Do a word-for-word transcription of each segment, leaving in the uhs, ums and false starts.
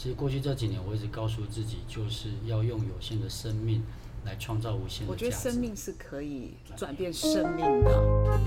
其实过去这几年，我一直告诉自己，就是要用有限的生命来创造无限的价值。 我觉得生命是可以转变生命的。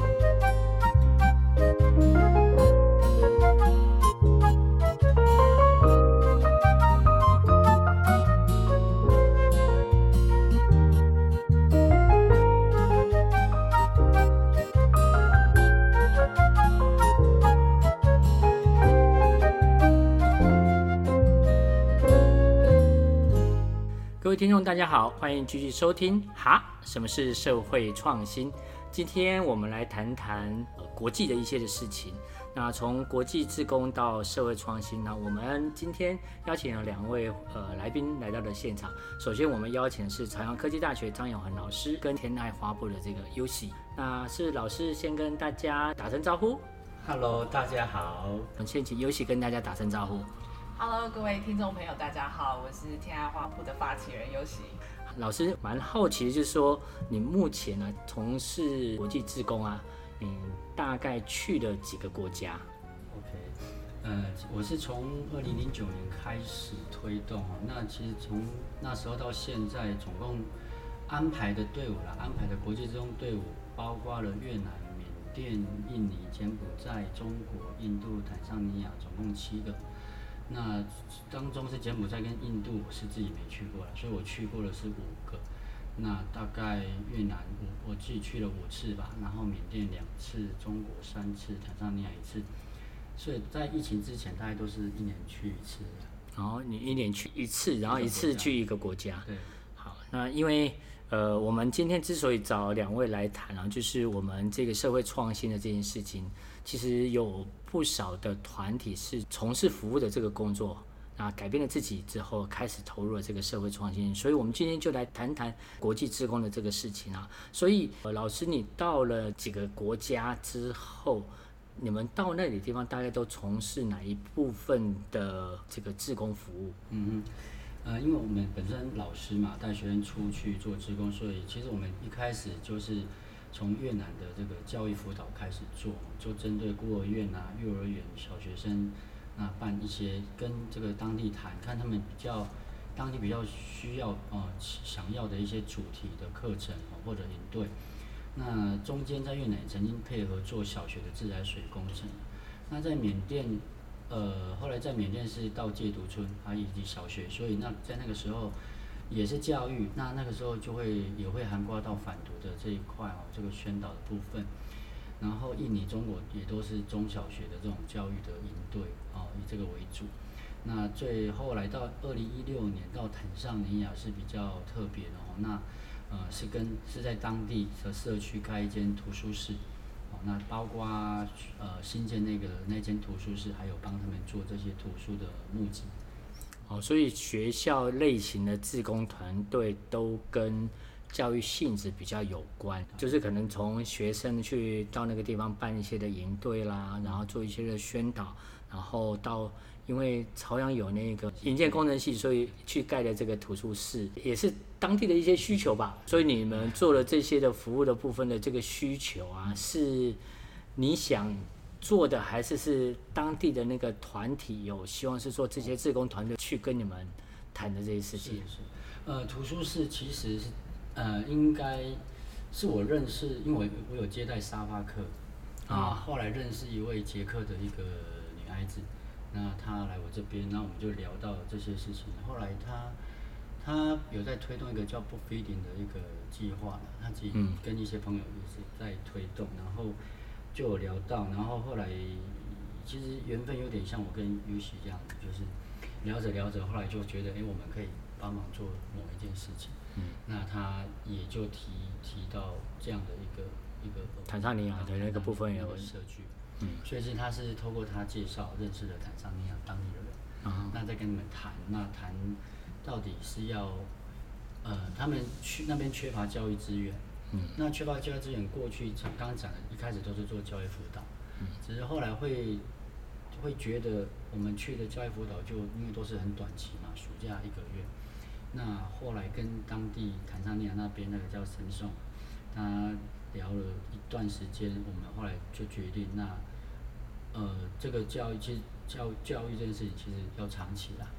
各位听众大家好，欢迎继续收听哈什么是社会创新。今天我们来谈谈、呃、国际的一些的事情。那从国际志工到社会创新，那我们今天邀请了两位呃来宾来到了现场。首先我们邀请的是朝阳科技大学张永恒老师跟天爱花部的这个优喜。那是老师先跟大家打声招呼。 Hello， 大家好。 我们先请优喜跟大家打声招呼。 Hello， 各位听众朋友，大家好，我是天爱花圃的发起人优喜。 老师蛮好奇的就是说，你目前呢从事国际志工啊，你大概去了几个国家 ？OK， 呃，我是从二零零九年开始推动哦，那其实从那时候到现在，总共安排的队伍啦，安排的国际志工队伍，包括了越南、缅甸、印尼、柬埔寨、中国、印度、坦桑尼亚，总共七个。那当中是柬埔寨跟印度，我是自己没去过了，所以我去过的是五个。那大概越南我我自己去了五次吧，然后缅甸两次，中国三次，坦桑尼亚一次。所以在疫情之前，大概都是一年去一次。 然后你一年去一次，然后一次去一个国家。 对。 好，那因为呃，我们今天之所以找两位来谈啊，就是我们这个社会创新的这件事情，其实有不少的团体是从事服务的这个工作，那改变了自己之后，开始投入了这个社会创新。所以我们今天就来谈谈国际志工的这个事情啊。所以、呃、老师，你到了几个国家之后，你们到那里的地方大概都从事哪一部分的这个志工服务？ 嗯哼。呃，因为我们本身老师嘛，带学生出去做志工，所以其实我们一开始就是从越南的这个教育辅导开始做，就针对孤儿院啊、幼儿园、小学生，那办一些跟这个当地谈，看他们比较当地比较需要呃想要的一些主题的课程或者营队。那中间在越南也曾经配合做小学的自来水工程。那在缅甸。呃，后来在缅甸是到戒毒村啊，以及小学，所以那在那个时候也是教育，那那个时候就会也会涵盖到反毒的这一块哦，这个宣导的部分。然后印尼、中国也都是中小学的这种教育的营队哦，以这个为主。那最后来到二零一六年到坦桑尼亚是比较特别的哦，那呃是跟是在当地的社区开一间图书室。那包括呃新建那个那间图书室，还有帮他们做这些图书的募集。 哦，所以学校类型的志工团队都跟教育性质比较有关，就是可能从学生去到那个地方办一些的营队啦，然后做一些的宣导，然后到因为朝阳有那个营建工程系，所以去盖的这个图书室也是当地的一些需求吧。所以你们做了这些的服务的部分的这个需求啊，是你想做的，还是是当地的那个团体有希望是说这些志工团队去跟你们谈的这些事情？ 是是，呃，图书室其实是呃应该是我认识，因为我我有接待沙发客啊，后来认识一位捷克的一个女孩子。那他来我这边，那我们就聊到这些事情。后来他他有在推动一个叫 Book Feeding 的一个计划，他自己跟一些朋友也是在推动，然后就有聊到，然后后来其实缘分有点像我跟优喜这样子，就是聊着聊着，后来就觉得，哎、欸，我们可以帮忙做某一件事情。嗯，那他也就提提到这样的一个一个坦桑尼亚的那个部分有社区。嗯，所以是他是透过他介绍认识了坦桑尼亚当地的人，嗯、那再跟你们谈，那谈到底是要，呃，他们去那边缺乏教育资源，嗯，那缺乏教育资源，过去刚刚讲的，一开始都是做教育辅导，嗯，只是后来会会觉得我们去的教育辅导就因为都是很短期嘛，暑假一个月，那后来跟当地坦桑尼亚那边那个叫神颂，他聊了一段时间，我们后来就决定，那呃，这个教育其实教教育这件事情其实要长期啦。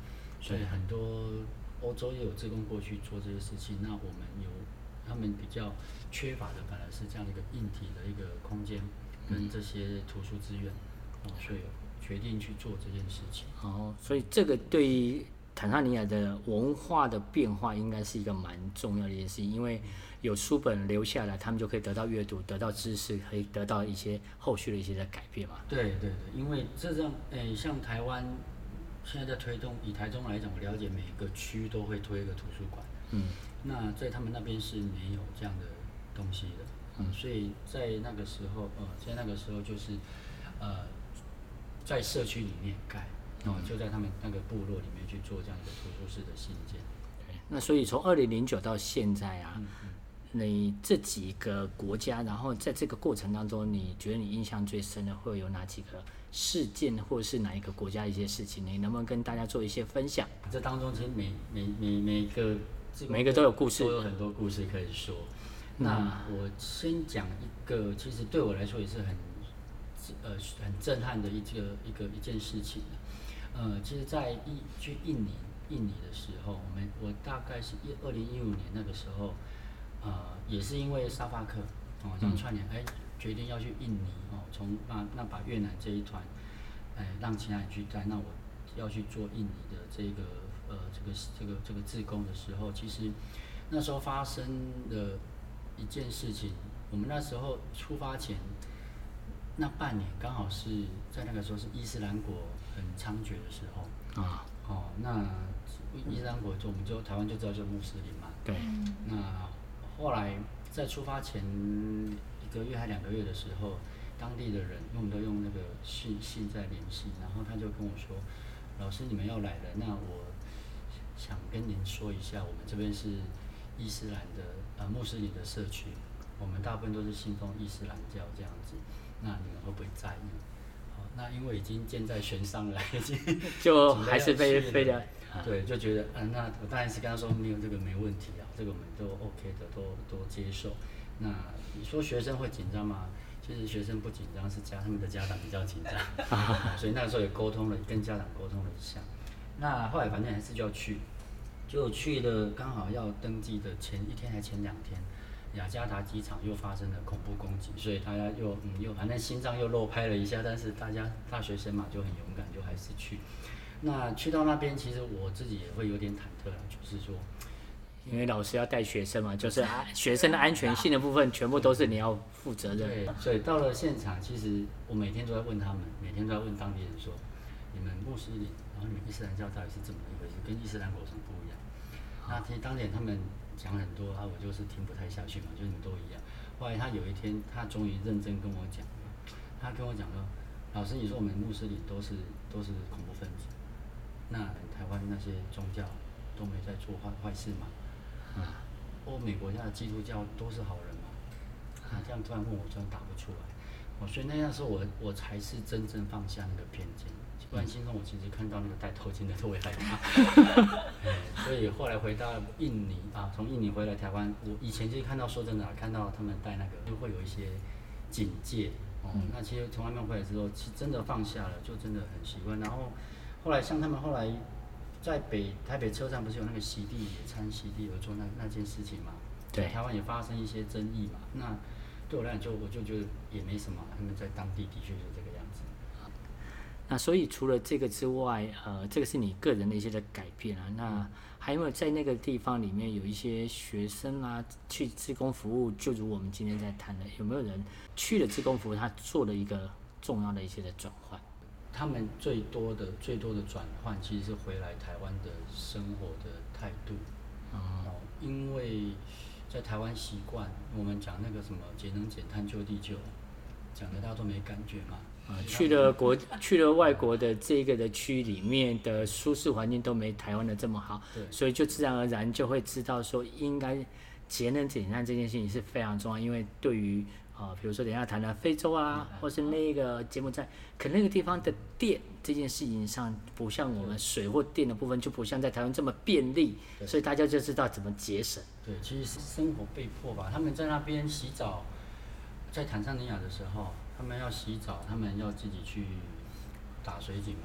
所以很多欧洲也有志工过去做这些事情。那我们有他们比较缺乏的，反而是这样的一个硬体的一个空间跟这些图书资源，哦，所以决定去做这件事情。 哦，所以这个对于坦桑尼亚的文化的变化应该是一个蛮重要的一件事情，因为有书本留下来，他们就可以得到阅读，得到知识，可以得到一些后续的一些的改变嘛。 对对对，因为这样，诶，像台湾现在在推动，以台中来讲，我了解每个区都会推一个图书馆。 嗯， 那在他们那边是没有这样的东西的，嗯，所以在那个时候，呃，在那个时候就是，呃，在社区里面盖，哦，就在他们那个部落里面去做这样一个图书室的新建。 对，那所以从二零零九到现在啊， 嗯嗯你这几个国家，然后在这个过程当中，你觉得你印象最深的会有哪几个事件，或者是哪一个国家的一些事情？你能不能跟大家做一些分享？ 这当中其实每每每每一个每一个都有故事， 都有很多故事可以说。那我先讲一个，其实对我来说也是很呃很震撼的一个一个一件事情。呃，其实，在一去印尼印尼的时候，我们我大概是一二零一五年那个时候，呃，也是因为沙发客哦这样串联，哎、决定要去印尼哦，从那那把越南这一团，哎让其他人去带，那我要去做印尼的这个呃这个这个这个志工的时候，其实那时候发生的一件事情，我们那时候出发前那半年刚好是在那个时候是伊斯兰国很猖獗的时候啊，哦，那伊斯兰国就我们就台湾就知道就是穆斯林嘛， 对， 那后来在出发前一个月还两个月的时候，当地的人，因为我们都用那个信信在联系，然后他就跟我说，老师你们要来了，那我想跟您说一下，我们这边是伊斯兰的呃穆斯林的社区，我们大部分都是信奉伊斯兰教这样子，那你们会不会在意？好，那因为已经箭在弦上了，已经就还是被非的。 对，就觉得，嗯、呃，那我当然是跟他说没有这个没问题啊，这个我们都 OK 的，都都接受。那你说学生会紧张吗？其实学生不紧张，是家他们的家长比较紧张，所以那个时候也沟通了，跟家长沟通了一下。那后来反正还是就要去，就去了，刚好要登记的前一天还前两天，雅加达机场又发生了恐怖攻击，所以大家又嗯又反正心脏又漏拍了一下，但是大家大学生嘛就很勇敢，就还是去。那去到那边，其实我自己也会有点忐忑了，就是说， 因为老师要带学生嘛，就是学生的安全性的部分，全部都是你要负责任。 对，所以到了现场，其实我每天都在问他们，每天都在问当地人说，你们穆斯林，然后你们伊斯兰教到底是怎么一回事，跟伊斯兰国有什么不一样？那其实当地人他们讲很多啊，我就是听不太下去嘛，就是你们都一样。后来他有一天，他终于认真跟我讲了，他跟我讲说，老师，你说我们穆斯林都是都是恐怖分子。那台湾那些宗教都没在做坏坏事嘛？啊，欧美国家的基督教都是好人嘛？啊，这样突然问我，突然答不出来。哦，所以那样时候我我才是真正放下那个偏见，不然心中我其实看到那个戴头巾的都会害怕。哎，所以后来回到印尼啊，从印尼回来台湾，我以前就看到，说真的、啊，看到他们戴那个，就会有一些警戒。哦，嗯、那其实从外面回来之后，其实真的放下了，就真的很习惯。然后。后来像他们后来在北台北车站不是有那个席地野餐、席地而坐那那件事情嘛？ 对， 台湾也发生一些争议嘛。那对我来讲就我就觉得也没什么，他们在当地的确是这个样子。 那所以除了这个之外，呃，这个是你个人的一些的改变啊。那还有没有在那个地方里面有一些学生啊去志工服务？就如我们今天在谈的，有没有人去了志工服务，他做了一个重要的一些的转换？ 他们最多的最多的转换，其实是回来台湾的生活的态度。哦，因为在台湾习惯，我们讲那个什么节能减碳救地球，讲的大家都没感觉嘛。 啊，去了国去了外国的这个的区里面的舒适环境都没台湾的这么好，所以就自然而然就会知道说，应该节能减碳这件事情是非常重要，因为对于啊、呃，比如说等一下谈的非洲啊，或是那个柬埔寨，可能那个地方的电这件事情上，不像我们水或电的部分，就不像在台湾这么便利，所以大家就知道怎么节省。 对，其实生活被迫吧，他们在那边洗澡，在坦桑尼亚的时候，他们要洗澡，他们要自己去打水井嘛。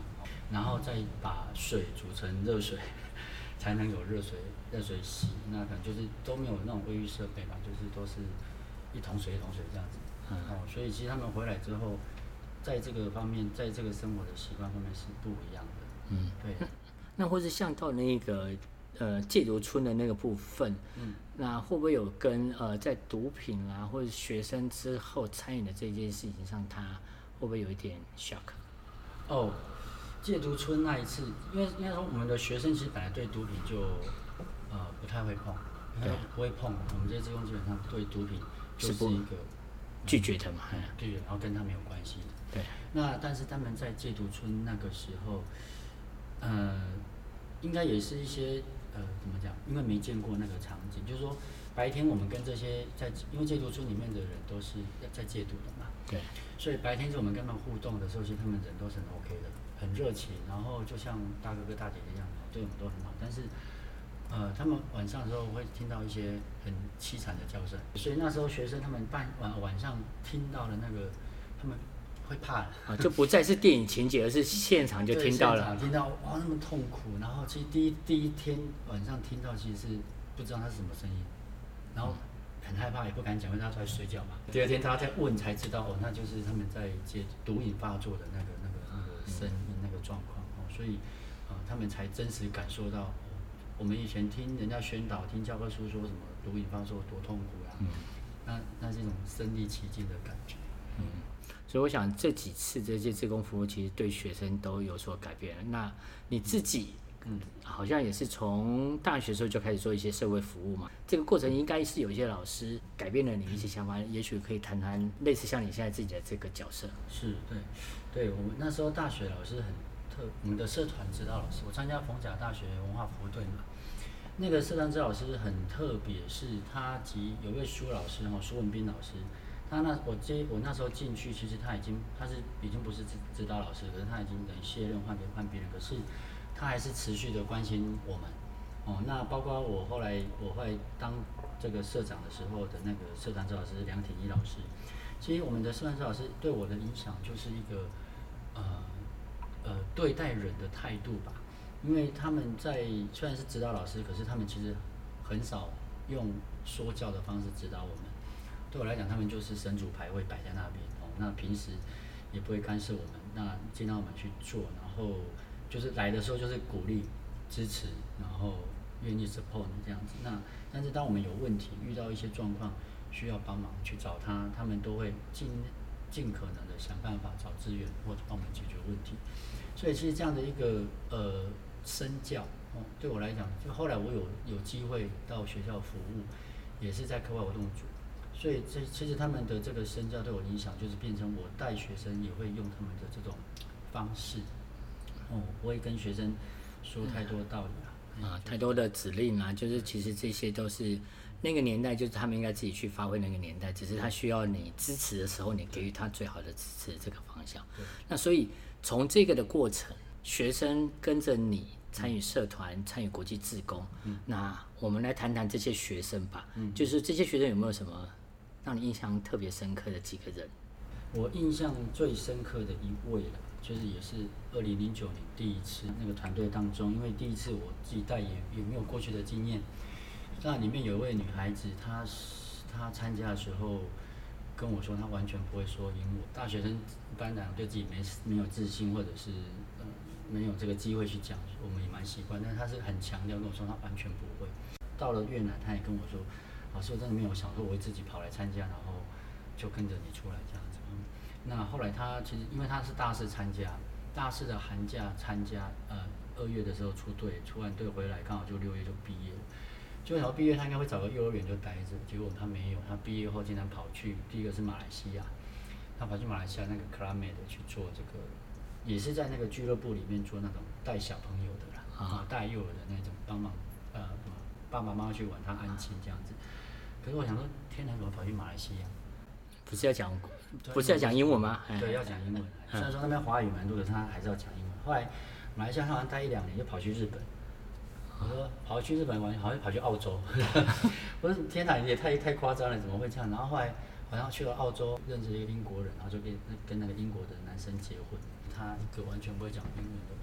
然后再把水煮成热水，才能有热水热水洗。那可能就是都没有那种卫浴设备嘛，就是都是一桶水一桶水这样子。嗯、哦，所以其实他们回来之后，在这个方面，在这个生活的习惯方面是不一样的。嗯，对。 那或是像到那个呃戒毒村的那个部分，嗯，那会不会有跟呃在毒品啦、啊、或者学生之后参与的这件事情上，他会不会有一点 shock？ 哦，戒毒村那一次，因为应该说我们的学生其实本来对毒品就呃不太会碰，对，不会碰。我们这些职工基本上对毒品就是一个拒绝的嘛， 拒绝，然后跟他没有关系的。 对。 那但是他们在戒毒村那个时候，呃，应该也是一些呃怎么讲？因为没见过那个场景，就是说白天我们跟这些在因为戒毒村里面的人都是在戒毒的嘛， 对， 所以白天是我们跟他们互动的时候，其实他们人都是很 OK 的，很热情，然后就像大哥哥大姐姐一样，对我们都很好。但是呃，他们晚上的时候会听到一些很凄惨的叫声，所以那时候学生他们半晚晚上听到了那个，他们会怕啊，就不再是电影情节，而是现场就听到了。 现场听到哇那么痛苦，然后其实第一第一天晚上听到其实是不知道它是什么声音，然后很害怕也不敢讲，因为他都在睡觉嘛。第二天他在问才知道哦，那就是他们在接毒瘾发作的那个那个那个声音那个状况哦，所以呃他们才真实感受到。我们以前听人家宣导，听教科书说什么毒瘾发作多痛苦呀、啊，嗯、那那是一种身临其境的感觉。 嗯，所以我想这几次这些志工服务其实对学生都有所改变。那你自己，嗯，好像也是从大学的时候就开始做一些社会服务嘛。这个过程应该是有一些老师改变了你一些想法，也许可以谈谈类似像你现在自己的这个角色。 是，对，对我们那时候大学老师很特，我们的社团指导老师，我参加逢甲大学文化服务队嘛。那个社团指导老师很特别，是他及有一位苏老师哈，苏文斌老师，他那我接我那时候进去，其实他已经他是已经不是指指导老师，可是他已经等于卸任换给换别人，可是他还是持续的关心我们。哦，那包括我后来我后来当这个社长的时候的那个社团指导老师梁挺一老师，其实我们的社团指导老师对我的影响就是一个呃呃对待人的态度吧。因为他们在虽然是指导老师，可是他们其实很少用说教的方式指导我们。对我来讲，他们就是神主牌位摆在那边哦，那平时也不会干涉我们，那尽量我们去做，然后就是来的时候就是鼓励、支持，然后愿意 support 你这样子。那但是当我们有问题、遇到一些状况需要帮忙去找他，他们都会尽尽可能的想办法找资源或者帮我们解决问题。所以其实这样的一个呃。身教哦，对我来讲，就后来我有有机会到学校服务，也是在课外活动组，所以这其实他们的这个身教对我影响，就是变成我带学生也会用他们的这种方式，哦，不会跟学生说太多道理啊， 嗯、啊，太多的指令啊，就是其实这些都是那个年代，就是他们应该自己去发挥那个年代，只是他需要你支持的时候，你给予他最好的支持这个方向。那所以从这个的过程。学生跟着你参与社团，参与国际志工，嗯、那我们来谈谈这些学生吧。嗯、就是这些学生有没有什么让你印象特别深刻的几个人？ 我印象最深刻的一位了，就是也是二零零九年第一次那个团队当中，因为第一次我自己带也也没有过去的经验。那里面有一位女孩子，她她参加的时候跟我说，她完全不会说英文。大学生一般来讲对自己没没有自信，或者是呃。没有这个机会去讲，我们也蛮习惯，但是他是很强调跟我说他完全不会。到了越南，他也跟我说，老师我真的没有想说我会自己跑来参加，然后就跟着你出来这样子。嗯、那后来他其实因为他是大四参加，大四的寒假参加，呃二月的时候出队，出完队回来刚好就六月就毕业了。就想毕业他应该会找个幼儿园就待着，结果他没有，他毕业后竟然跑去第一个是马来西亚，他跑去马来西亚那个 Club Med 去做这个。也是在那个俱乐部里面做那种带小朋友的啦，啊，带幼儿的那种，帮忙呃爸爸妈妈去玩，他安亲这样子。可是我想说，天哪，怎么跑去马来西亚？ 不是要讲，不是要讲英文吗？ 对，要讲英文。虽然说那边华语蛮多的，他还是要讲英文。后来马来西亚他好像待一两年，就跑去日本。我说跑去日本玩，好像跑去澳洲。我说天哪，也太太夸张了，怎么会这样？然后后来好像去了澳洲，认识一个英国人，然后就跟跟那个英国的男生结婚。他一个完全不会讲英文的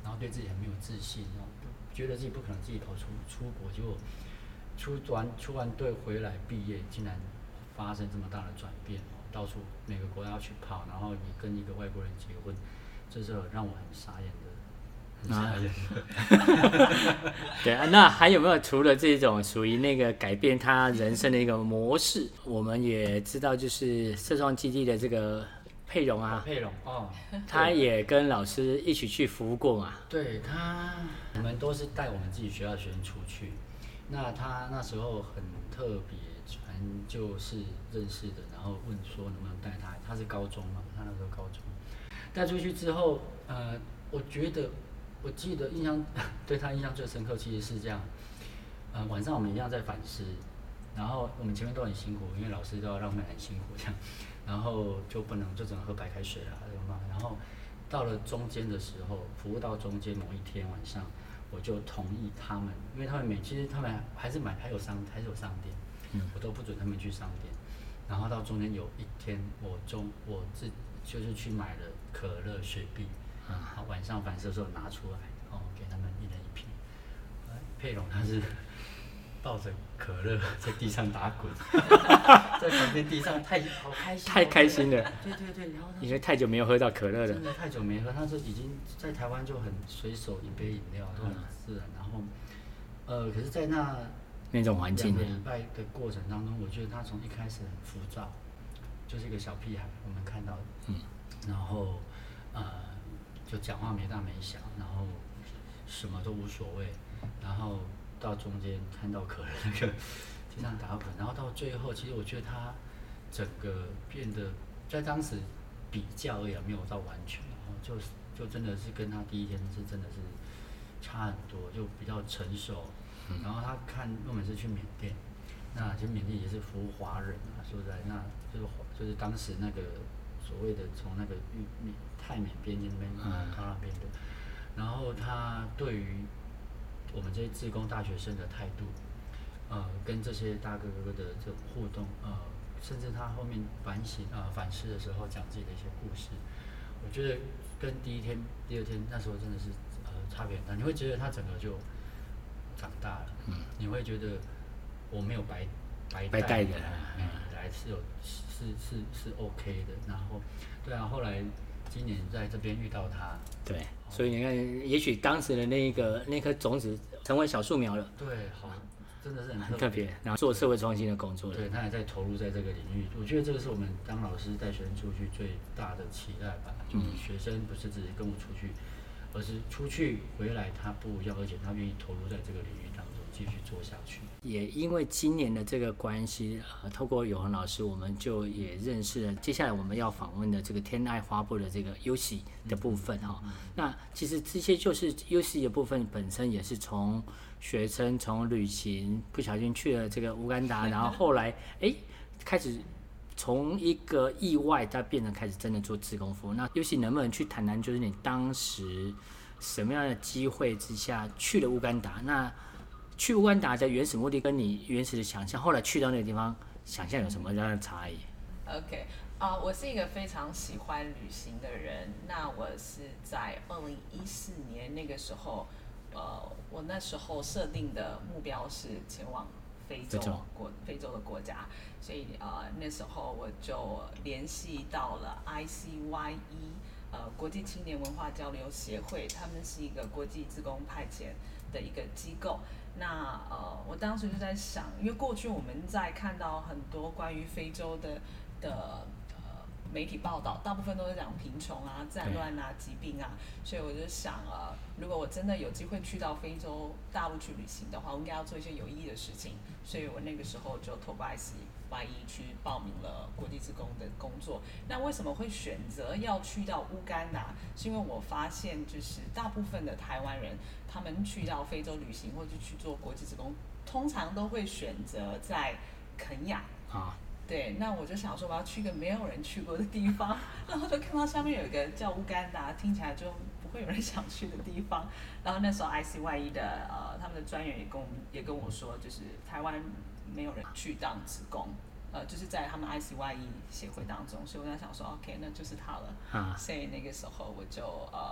然后对自己很没有自信，然后觉得自己不可能自己跑出出国，结果出完出完队回来毕业，竟然发生这么大的转变哦，到处每个国家要去跑，然后你跟一个外国人结婚，这是让我很傻眼的。啊， 对啊，那还有没有除了这种属于那个改变他人生的一个模式？我们也知道，就是社创基地的这个佩蓉啊， 佩蓉哦， 他也跟老师一起去服务过嘛。 对他，我们都是带我们自己学校的学生出去。那他那时候很特别，反正就是认识的，然后问说能不能带他，他是高中嘛，他那时候高中，带出去之后，呃，我觉得。我记得印象对他印象最深刻，其实是这样，呃，晚上我们一样在反思，然后我们前面都很辛苦，因为老师都要让我们很辛苦这样，然后就不能就只能喝白开水啦，然后到了中间的时候，服务到中间某一天晚上，我就同意他们，因为他们每其实他们还是买还有商还是有商店，嗯，我都不准他们去商店，然后到中间有一天我中我自就是去买了可乐雪碧。啊，晚上反射的时候拿出来，哦，给他们一人一瓶。佩蓉他是抱着可乐在地上打滚，在旁边地上太好开心， 太开心了。 对对对，然后因为太久没有喝到可乐了， 真的太久没喝，他是已经在台湾就很随手一杯饮料都很自然，然后呃，可是，在那那种环境， 两个礼拜的过程当中，我觉得他从一开始很浮躁，就是一个小屁孩，我们看到的，嗯，然后呃。就讲话没大没小，然后什么都无所谓，然后到中间看到可乐那个地上打滚，然后到最后，其实我觉得他整个变得在当时比较而已，没有到完全，然后就就真的是跟他第一天是真的是差很多，就比较成熟。然后他看我们是去缅甸，那其实缅甸也是服务华人啊，说实在，那就是就是当时那个。所谓的从那个玉泰缅边境那边到那边的，然后他对于我们这些志工大学生的态度，呃，跟这些大哥哥的这种互动，呃，甚至他后面反省啊、呃、反思的时候讲自己的一些故事，我觉得跟第一天、第二天那时候真的是呃差别很大。你会觉得他整个就长大了，嗯，你会觉得我没有白白白带的， 嗯，来是有。是是是 OK 的，然后，对啊，后来今年在这边遇到他， 对，所以你看，也许当时的那个那颗种子成为小树苗了， 对，好，真的是很特别，然后做社会创新的工作， 对，他还在投入在这个领域，我觉得这个是我们当老师带学生出去最大的期待吧，就是学生不是只是跟我出去，而是出去回来他不一样，而且他愿意投入在这个领域当中继续做下去。 也因为今年的这个关系，呃，透过永恒老师，我们就也认识了接下来我们要访问的这个天爱花布的这个 U C 的部分哈、嗯嗯。那其实这些就是 U C 的部分本身也是从学生从旅行不小心去了这个乌干达，然后后来哎开始从一个意外，它变成开始真的做志工服务。那 U C 能不能去谈谈，就是你当时什么样的机会之下去了乌干达？那去乌干达的原始目的跟你原始的想象，后来去到那个地方，想象有什么样的差异 ？OK， 啊、uh, 我是一个非常喜欢旅行的人。那我是在二零一四年那个时候，呃，我那时候设定的目标是前往非洲国非洲的国家，所以呃那时候我就联系到了 I C Y E， 呃国际青年文化交流协会，他们是一个国际志工派遣的一个机构。那呃，我当时就在想，因为过去我们在看到很多关于非洲的的呃媒体报道，大部分都是讲贫穷啊、战乱啊、疾病啊，所以我就想呃，如果我真的有机会去到非洲大陆去旅行的话，我应该要做一些有意义的事情，所以我那个时候就透过 I C Y E 去报名了国际志工的工作。那为什么会选择要去到乌干达？是因为我发现，就是大部分的台湾人，他们去到非洲旅行或者去做国际志工，通常都会选择在肯亚啊。对，那我就想说我要去一个没有人去过的地方，然后就看到下面有一个叫乌干达，听起来就不会有人想去的地方。然后那时候 I C Y E 的呃他们的专员也跟我们也跟我说，就是台湾没有人去当志工，呃，就是在他们 I C Y E 协会当中，所以我在想说 ，OK， 那就是他了。啊、所以那个时候我就呃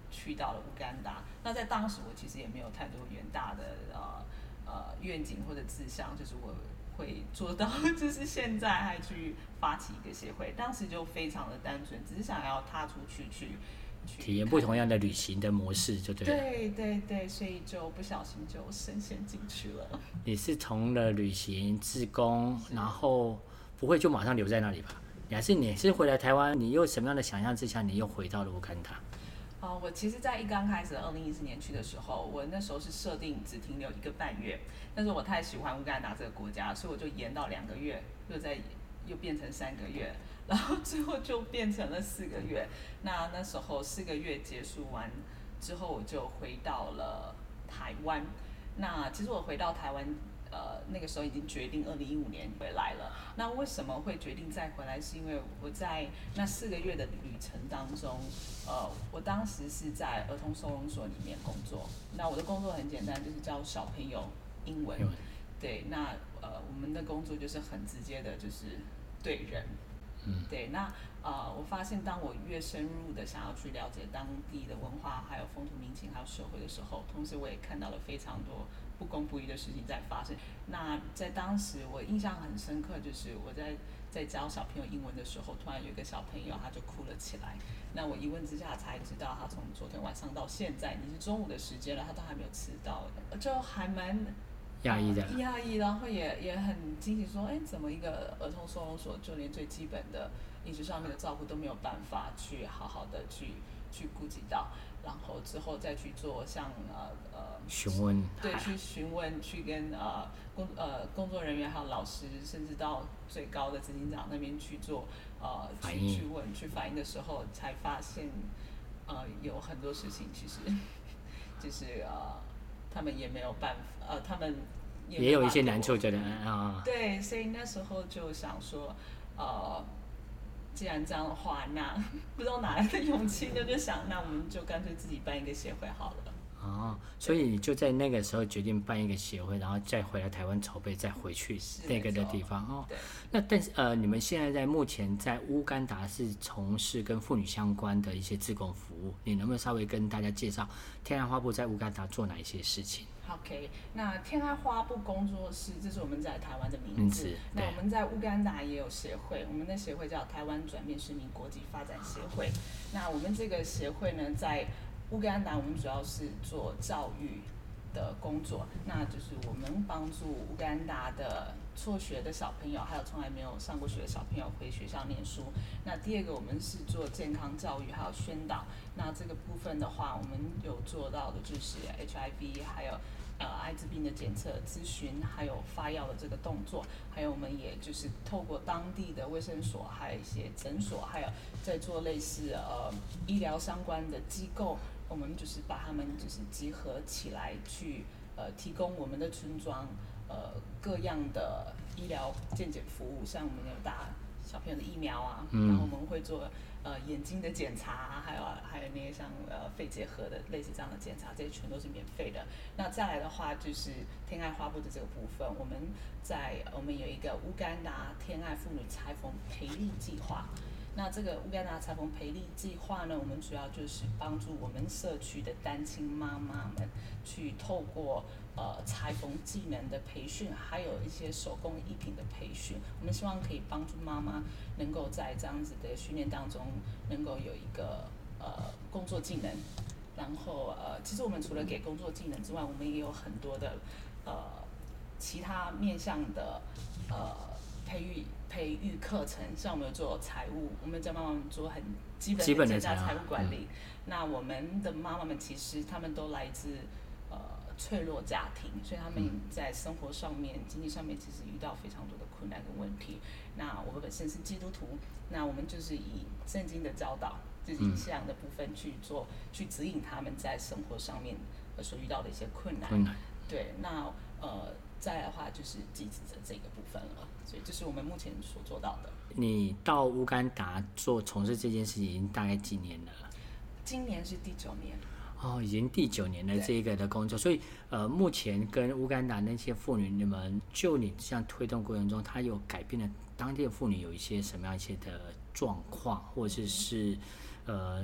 去到了乌干达。那在当时我其实也没有太多远大的呃呃愿景或者志向，就是我会做到，就是现在还去发起一个协会，当时就非常的单纯，只是想要踏出去去去体验不同样的旅行的模式就对了。 对对对，所以就不小心就深陷进去了。 你是从了旅行、志工，然后不会就马上留在那里吧？你还是你是回来台湾，你又什么样的想象之下，你又回到了乌干达？ 呃，我其实，在一刚开始二零一四年去的时候，我那时候是设定只停留一个半月，但是我太喜欢乌干达这个国家，所以我就延到两个月，又再又变成三个月，然后最后就变成了四个月。那那时候四个月结束完之后，我就回到了台湾。那其实我回到台湾。呃，那个时候已经决定二零一五年回来了。那为什么会决定再回来？是因为我在那四个月的旅程当中，呃，我当时是在儿童收容所里面工作。那我的工作很简单，就是教小朋友英文。对，那呃，我们的工作就是很直接的，就是对人。 嗯， 对，那呃，我发现当我越深入的想要去了解当地的文化，还有风土民情，还有社会的时候，同时我也看到了非常多不公不义的事情在发生。那在当时我印象很深刻，就是我在在教小朋友英文的时候，突然有一个小朋友他就哭了起来。那我一问之下才知道，他从昨天晚上到现在，已经是中午的时间了，他都还没有吃到，就还蛮压抑的， 呃、压抑，然后也也很惊喜，说，哎，怎么一个儿童收容所就连最基本的饮食上面的照顾都没有办法去好好的去去顾及到，然后之后再去做像呃呃询问， 对，去询问，去跟呃工呃工作人员还有老师，甚至到最高的执行长那边去做呃去去问去反映的时候，才发现呃有很多事情其实就是呃他们也没有办法，呃他们也, 也有一些难处的人啊。 对，所以那时候就想说，呃。既然这样的话，那不知道哪来的勇气呢？就想，那我们就干脆自己办一个协会好了。 哦，所以你就在那个时候决定办一个协会，然后再回来台湾筹备，再回去那个的地方哦。 对。 那但是呃，你们现在在目前在乌干达是从事跟妇女相关的一些志工服务，你能不能稍微跟大家介绍天然花布在乌干达做哪一些事情？ OK， 那天爱花布工作室，这是我们在台湾的名字。那我们在乌干达也有协会，我们的协会叫台湾转变市民国际发展协会。那我们这个协会呢，在乌干达，我们主要是做教育的工作，那就是我们帮助乌干达的辍学的小朋友，还有从来没有上过学的小朋友回学校念书。那第二个，我们是做健康教育还有宣导。那这个部分的话，我们有做到的就是 H I V 还有呃艾滋病的检测、咨询，还有发药的这个动作，还有我们也就是透过当地的卫生所，还有一些诊所，还有在做类似呃医疗相关的机构，我们就是把他们就是集合起来去呃提供我们的村庄呃各样的医疗健检服务，像我们有打小朋友的疫苗啊， 嗯、 然后我们会做呃眼睛的检查、啊，还有还有那些像呃肺结核的类似这样的检查，这些全都是免费的。那再来的话就是天爱花布的这个部分，我们在我们有一个乌干达天爱妇女裁缝培力计划。那这个乌干达裁缝培力计划呢，我们主要就是帮助我们社区的单亲妈妈们去透过呃裁缝技能的培训，还有一些手工艺品的培训，我们希望可以帮助妈妈能够在这样子的训练当中，能够有一个呃工作技能。然后呃，其实我们除了给工作技能之外，我们也有很多的呃其他面向的呃培育。培育课程，像我们有做财务，我们在妈妈们做很基本的简单财务管理。嗯、那我们的妈妈们其实她们都来自呃脆弱家庭，所以她们在生活上面、经济上面其实遇到非常多的困难跟问题。那我们本身是基督徒，那我们就是以圣经的教导，就是以信仰的部分去做，嗯、去指引他们在生活上面所遇到的一些困难。 困难。 对，那呃。再来的话就是记者这个部分了，所以这是我们目前所做到的。 你到乌干达做从事这件事情已经大概几年了？ 今年是第九年。 哦，已经第九年的这个的工作，所以呃，目前跟乌干达那些妇女，你们就你这样推动过程中，它有改变了当地的妇女有一些什么样一些的状况，或者是呃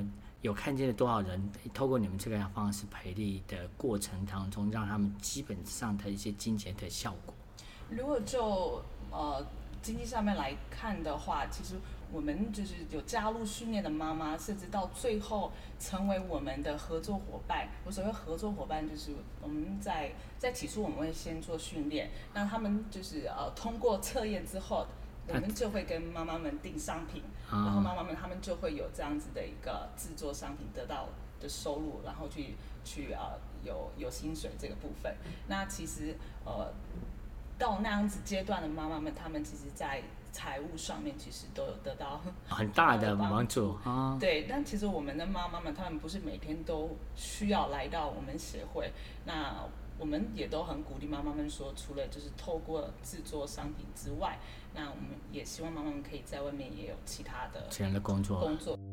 有看见了多少人透过你们这个方式培力的过程当中，让他们基本上的一些金钱的效果？ 如果就呃经济上面来看的话，其实我们就是有加入训练的妈妈，甚至到最后成为我们的合作伙伴。我所谓合作伙伴，就是我们在在起初我们会先做训练，那他们就是呃通过测验之后，我们就会跟妈妈们订商品，然后妈妈们他们就会有这样子的一个制作商品得到的收入，然后去去呃有有薪水这个部分。那其实呃到那样子阶段的妈妈们，他们其实在财务上面其实都有得到很大的帮助啊。 对，但其实我们的妈妈们，她们不是每天都需要来到我们协会，那我们也都很鼓励妈妈们说，除了就是透过制作商品之外，那我们也希望妈妈们可以在外面也有其他的其他的工作工作。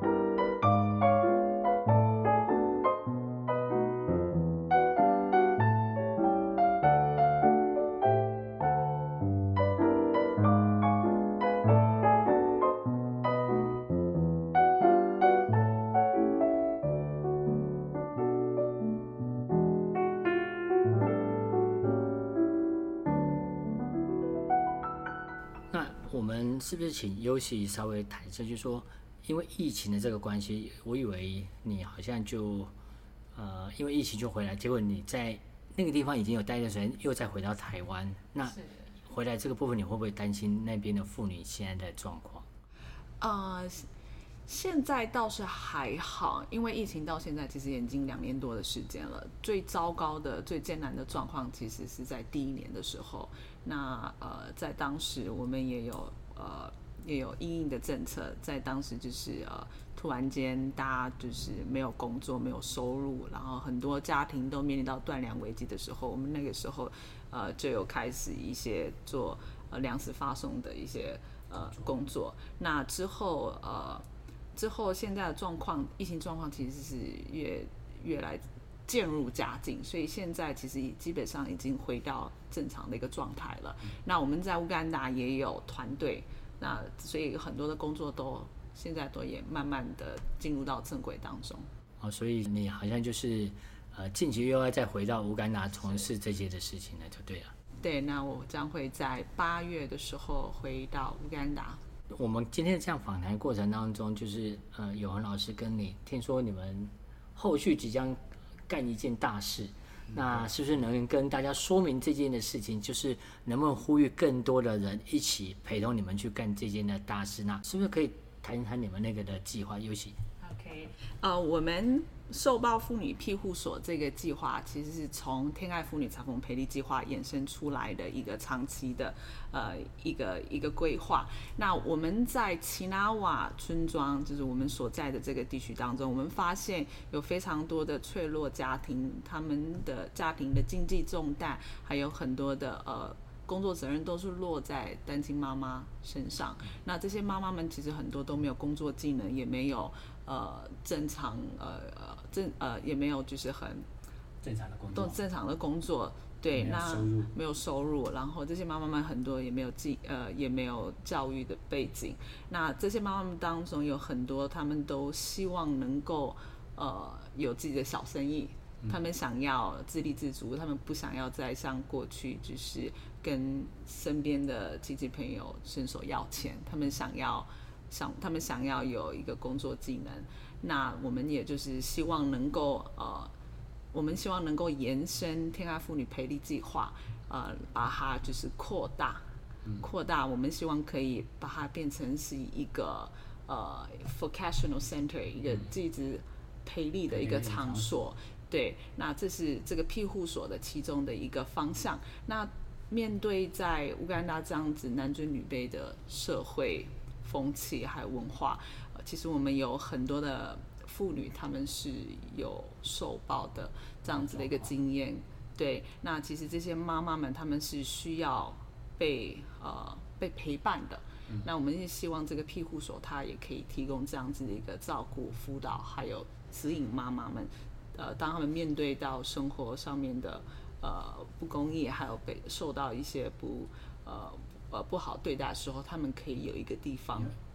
我们是不是请优喜稍微谈一下，就是说，因为疫情的这个关系，我以为你好像就呃，因为疫情就回来，结果你在那个地方已经有待一段时间，又再回到台湾，那回来这个部分，你会不会担心那边的妇女现在的状况？ 呃，现在倒是还好，因为疫情到现在其实已经两年多的时间了。最糟糕的、最艰难的状况，其实是在第一年的时候。那呃，在当时我们也有呃也有因应的政策，在当时就是呃突然间大家就是没有工作、没有收入，然后很多家庭都面临到断粮危机的时候，我们那个时候呃就有开始一些做呃粮食发送的一些呃工作。那之后呃之后现在的状况，疫情状况其实是越越来渐入佳境，所以现在其实基本上已经回到正常的一个状态了。那我们在乌干达也有团队，那所以很多的工作都现在都也慢慢的进入到正轨当中。 哦，所以你好像就是呃近期又要再回到乌干达从事这些的事情了，就对了。 对，那我将会在八月的时候回到乌干达。 我们今天这样访谈过程当中，就是呃友恒老师跟你听说你们后续即将干一件大事，那是不是能跟大家说明这件的事情，就是能不能呼吁更多的人一起陪同你们去干这件的大事？那是不是可以谈一谈你们那个的计划？尤其 OK， 呃，我们受暴妇女庇护所这个计划，其实是从天爱妇女裁缝培力计划衍生出来的一个长期的呃一个一个规划。那我们在奇纳瓦村庄，就是我们所在的这个地区当中，我们发现有非常多的脆弱家庭，他们的家庭的经济重担，还有很多的呃。工作责任都是落在单亲妈妈身上，那这些妈妈们其实很多都没有工作技能，也没有呃正常呃呃正呃也没有就是很正常的工作， 正常的工作，对，那没有收入，然后这些妈妈们很多也没有技呃也没有教育的背景，那这些妈妈们当中有很多，他们都希望能够呃有自己的小生意。他们想要自立自足，他们不想要再像过去就是跟身边的亲戚朋友伸手要钱，他们想要想他们想要有一个工作技能。那我们也就是希望能够呃，我们希望能够延伸天爱妇女培力计划，呃，把它就是扩大，扩大。我们希望可以把它变成是一个呃 vocational center， 一个技职培力的一个场所。对，那这是这个庇护所的其中的一个方向。那面对在乌干达这样子男尊女卑的社会风气还有文化，呃，其实我们有很多的妇女，她们是有受暴的这样子的一个经验。对，那其实这些妈妈们，她们是需要被呃被陪伴的。那我们也希望这个庇护所，它也可以提供这样子的一个照顾、辅导，还有指引妈妈们。呃，当他们面对到生活上面的呃不公义，还有被受到一些不呃呃不好对待的时候，他们可以有一个地方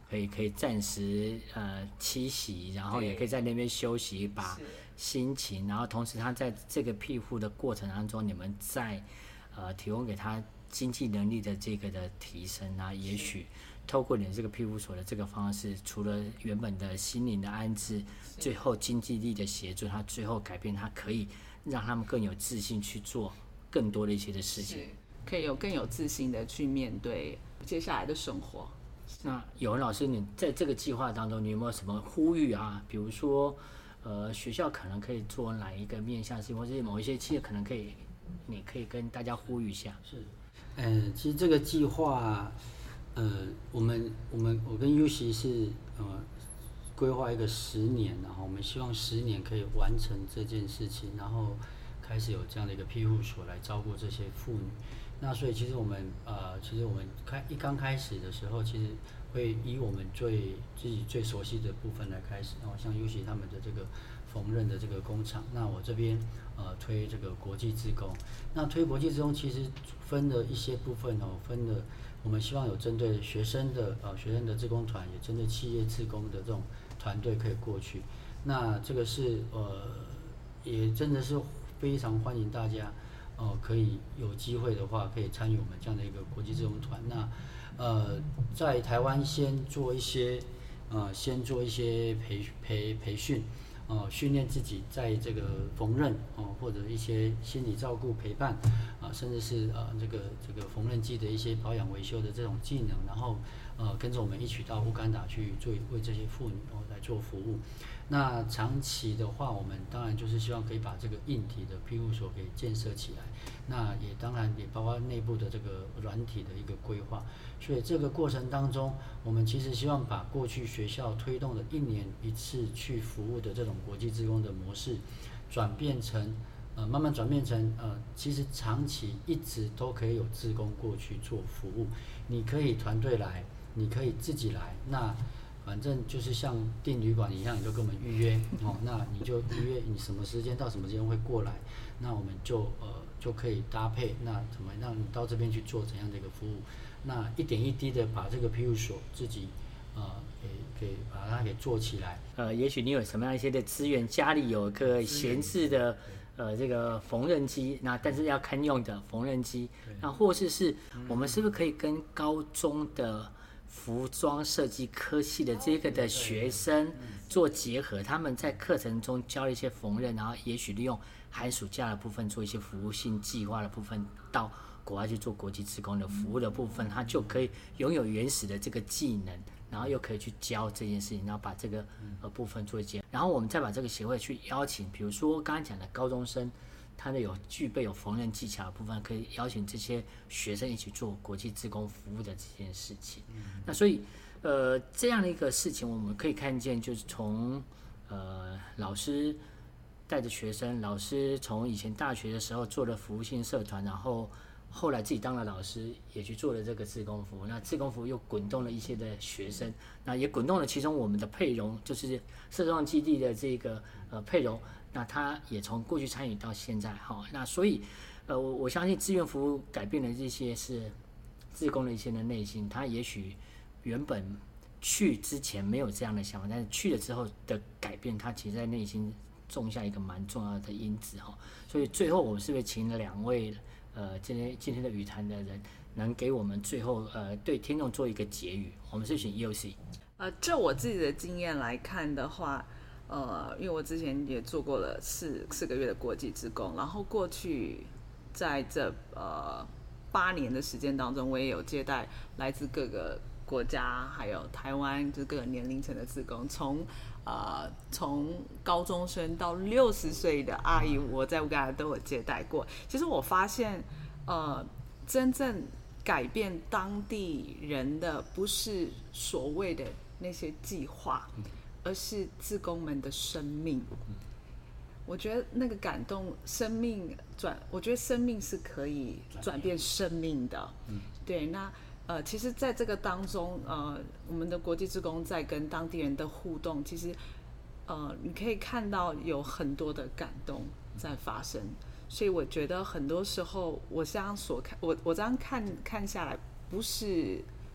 可以可以暂时呃栖息，然后也可以在那边休息，把心情，然后同时他在这个庇护的过程当中，你们在呃提供给他经济能力的这个的提升啊，也许透过你这个庇护所的这个方式，除了原本的心灵的安置，最后经济力的协助，他最后改变，他可以让他们更有自信去做更多的一些的事情， 可以有更有自信的去面对接下来的生活。 那友文老师，你在这个计划当中，你有没有什么呼吁啊？比如说，呃，学校可能可以做哪一个面向性，或者某一些企业可能可以，你可以跟大家呼吁一下。 是，呃，其实这个计划，呃，我们我们我跟 U C 是呃规划一个十年，然后我们希望十年可以完成这件事情，然后开始有这样的一个庇护所来照顾这些妇女。那所以其实我们呃，其实我们开一刚开始的时候，其实会以我们最自己最熟悉的部分来开始，然后像 U C 他们的这个缝纫的这个工厂，那我这边呃推这个国际志工。那推国际志工其实分了一些部分哦，分了我们希望有针对学生的呃学生的志工团，也针对企业志工的这种团队可以过去。那这个是呃也真的是非常欢迎大家。哦，可以有机会的话，可以参与我们这样的一个国际志工团。那，呃，在台湾先做一些，呃，先做一些培培培训，呃，训练自己在这个缝纫哦，或者一些心理照顾陪伴，啊、呃，甚至是呃这个这个缝纫机的一些保养维修的这种技能，然后呃跟着我们一起到乌干达去做为这些妇女哦来做服务。那长期的话，我们当然就是希望可以把这个硬体的庇护所给建设起来，那也当然也包括内部的这个软体的一个规划。所以这个过程当中，我们其实希望把过去学校推动的一年一次去服务的这种国际志工的模式，转变成呃慢慢转变成呃，其实长期一直都可以有志工过去做服务，你可以团队来，你可以自己来，那。反正就是像订旅馆一样，你就跟我们预约哦，那你就预约你什么时间到什么时间会过来，那我们就呃就可以搭配，那怎么让你到这边去做怎样的一个服务，那一点一滴的把这个庇护所自己呃给给把它给做起来。 呃，也许你有什么样一些的资源，家里有个闲置的呃这个缝纫机，那但是要堪用的缝纫机，那或是是我们是不是可以跟高中的服装设计科系的这个的学生做结合，他们在课程中教一些缝纫，然后也许利用寒暑假的部分做一些服务性计划的部分，到国外去做国际志工的服务的部分，他就可以拥有原始的这个技能，然后又可以去教这件事情，然后把这个呃部分做结合，然后我们再把这个协会去邀请，比如说刚才讲的高中生。他的有具备有缝纫技巧的部分，可以邀请这些学生一起做国际志工服务的这件事情。嗯、那所以，呃，这样的一个事情，我们可以看见，就是从呃老师带着学生，老师从以前大学的时候做了服务性社团，然后后来自己当了老师，也去做了这个志工服务。那志工服务又滚动了一些的学生，那也滚动了其中我们的佩蓉，就是社创基地的这个呃佩蓉。那他也从过去参与到现在，哈，那所以，呃，我我相信志愿服务改变了这些是志工的一些的内心，他也许原本去之前没有这样的想法，但是去了之后的改变，他其实在内心种下一个蛮重要的因子，哈。所以最后我们是不是请两位呃今天今天的语坛的人，能给我们最后呃对听众做一个结语？我们是请 E O C。 呃，就我自己的经验来看的话。呃，因为我之前也做过了四四个月的国际志工，然后过去在这呃八年的时间当中，我也有接待来自各个国家，还有台湾就是各个年龄层的志工，从呃从高中生到六十岁的阿姨，我在乌干达都有接待过。其实我发现，呃，真正改变当地人的不是所谓的那些计划。而是志工们的生命，我觉得那个感动，生命转，我觉得生命是可以转变生命的。嗯，对，那呃，其实在这个当中，呃，我们的国际志工在跟当地人的互动，其实呃，你可以看到有很多的感动在发生。所以我觉得很多时候，我这样所看，我我这样看看下来，不是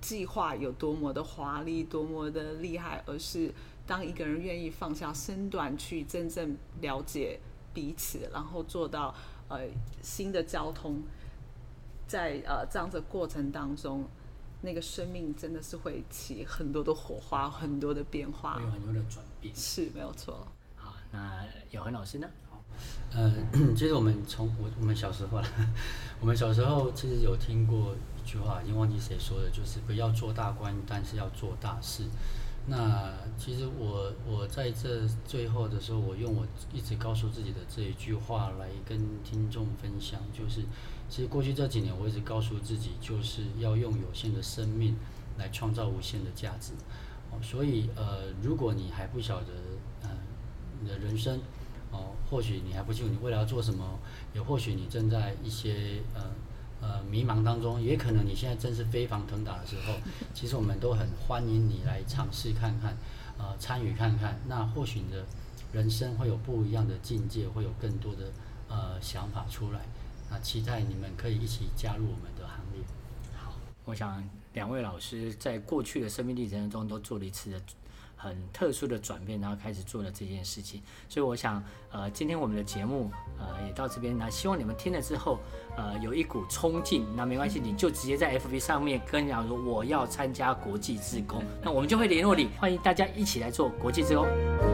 计划有多么的华丽，多么的厉害，而是当一个人愿意放下身段去真正了解彼此，然后做到呃新的交通，在呃这样的过程当中，那个生命真的是会起很多的火花，很多的变化， 会有很多的转变， 是没有错。 好，那友恒老师呢？ 呃，其实我们从我我们小时候啦，我们小时候其实有听过一句话，已经忘记谁说的，就是不要做大官，但是要做大事。那其实我我在这最后的时候，我用我一直告诉自己的这一句话来跟听众分享，就是其实过去这几年我一直告诉自己，就是要用有限的生命来创造无限的价值。哦，所以呃，如果你还不晓得呃你的人生。哦，或许你还不清楚你未来要做什么，也或许你正在一些呃呃迷茫当中，也可能你现在正是飞黄腾达的时候。其实我们都很欢迎你来尝试看看，呃，参与看看。那或许你的人生会有不一样的境界，会有更多的呃想法出来。那期待你们可以一起加入我们的行列。 好，我想两位老师在过去的生命历程中都做了一次的很特殊的转变，然后开始做了这件事情，所以我想，呃，今天我们的节目，呃，也到这边，那希望你们听了之后，呃，有一股冲劲，那没关系，你就直接在 F B 上面跟人讲说我要参加国际志工，那我们就会联络你，欢迎大家一起来做国际志工。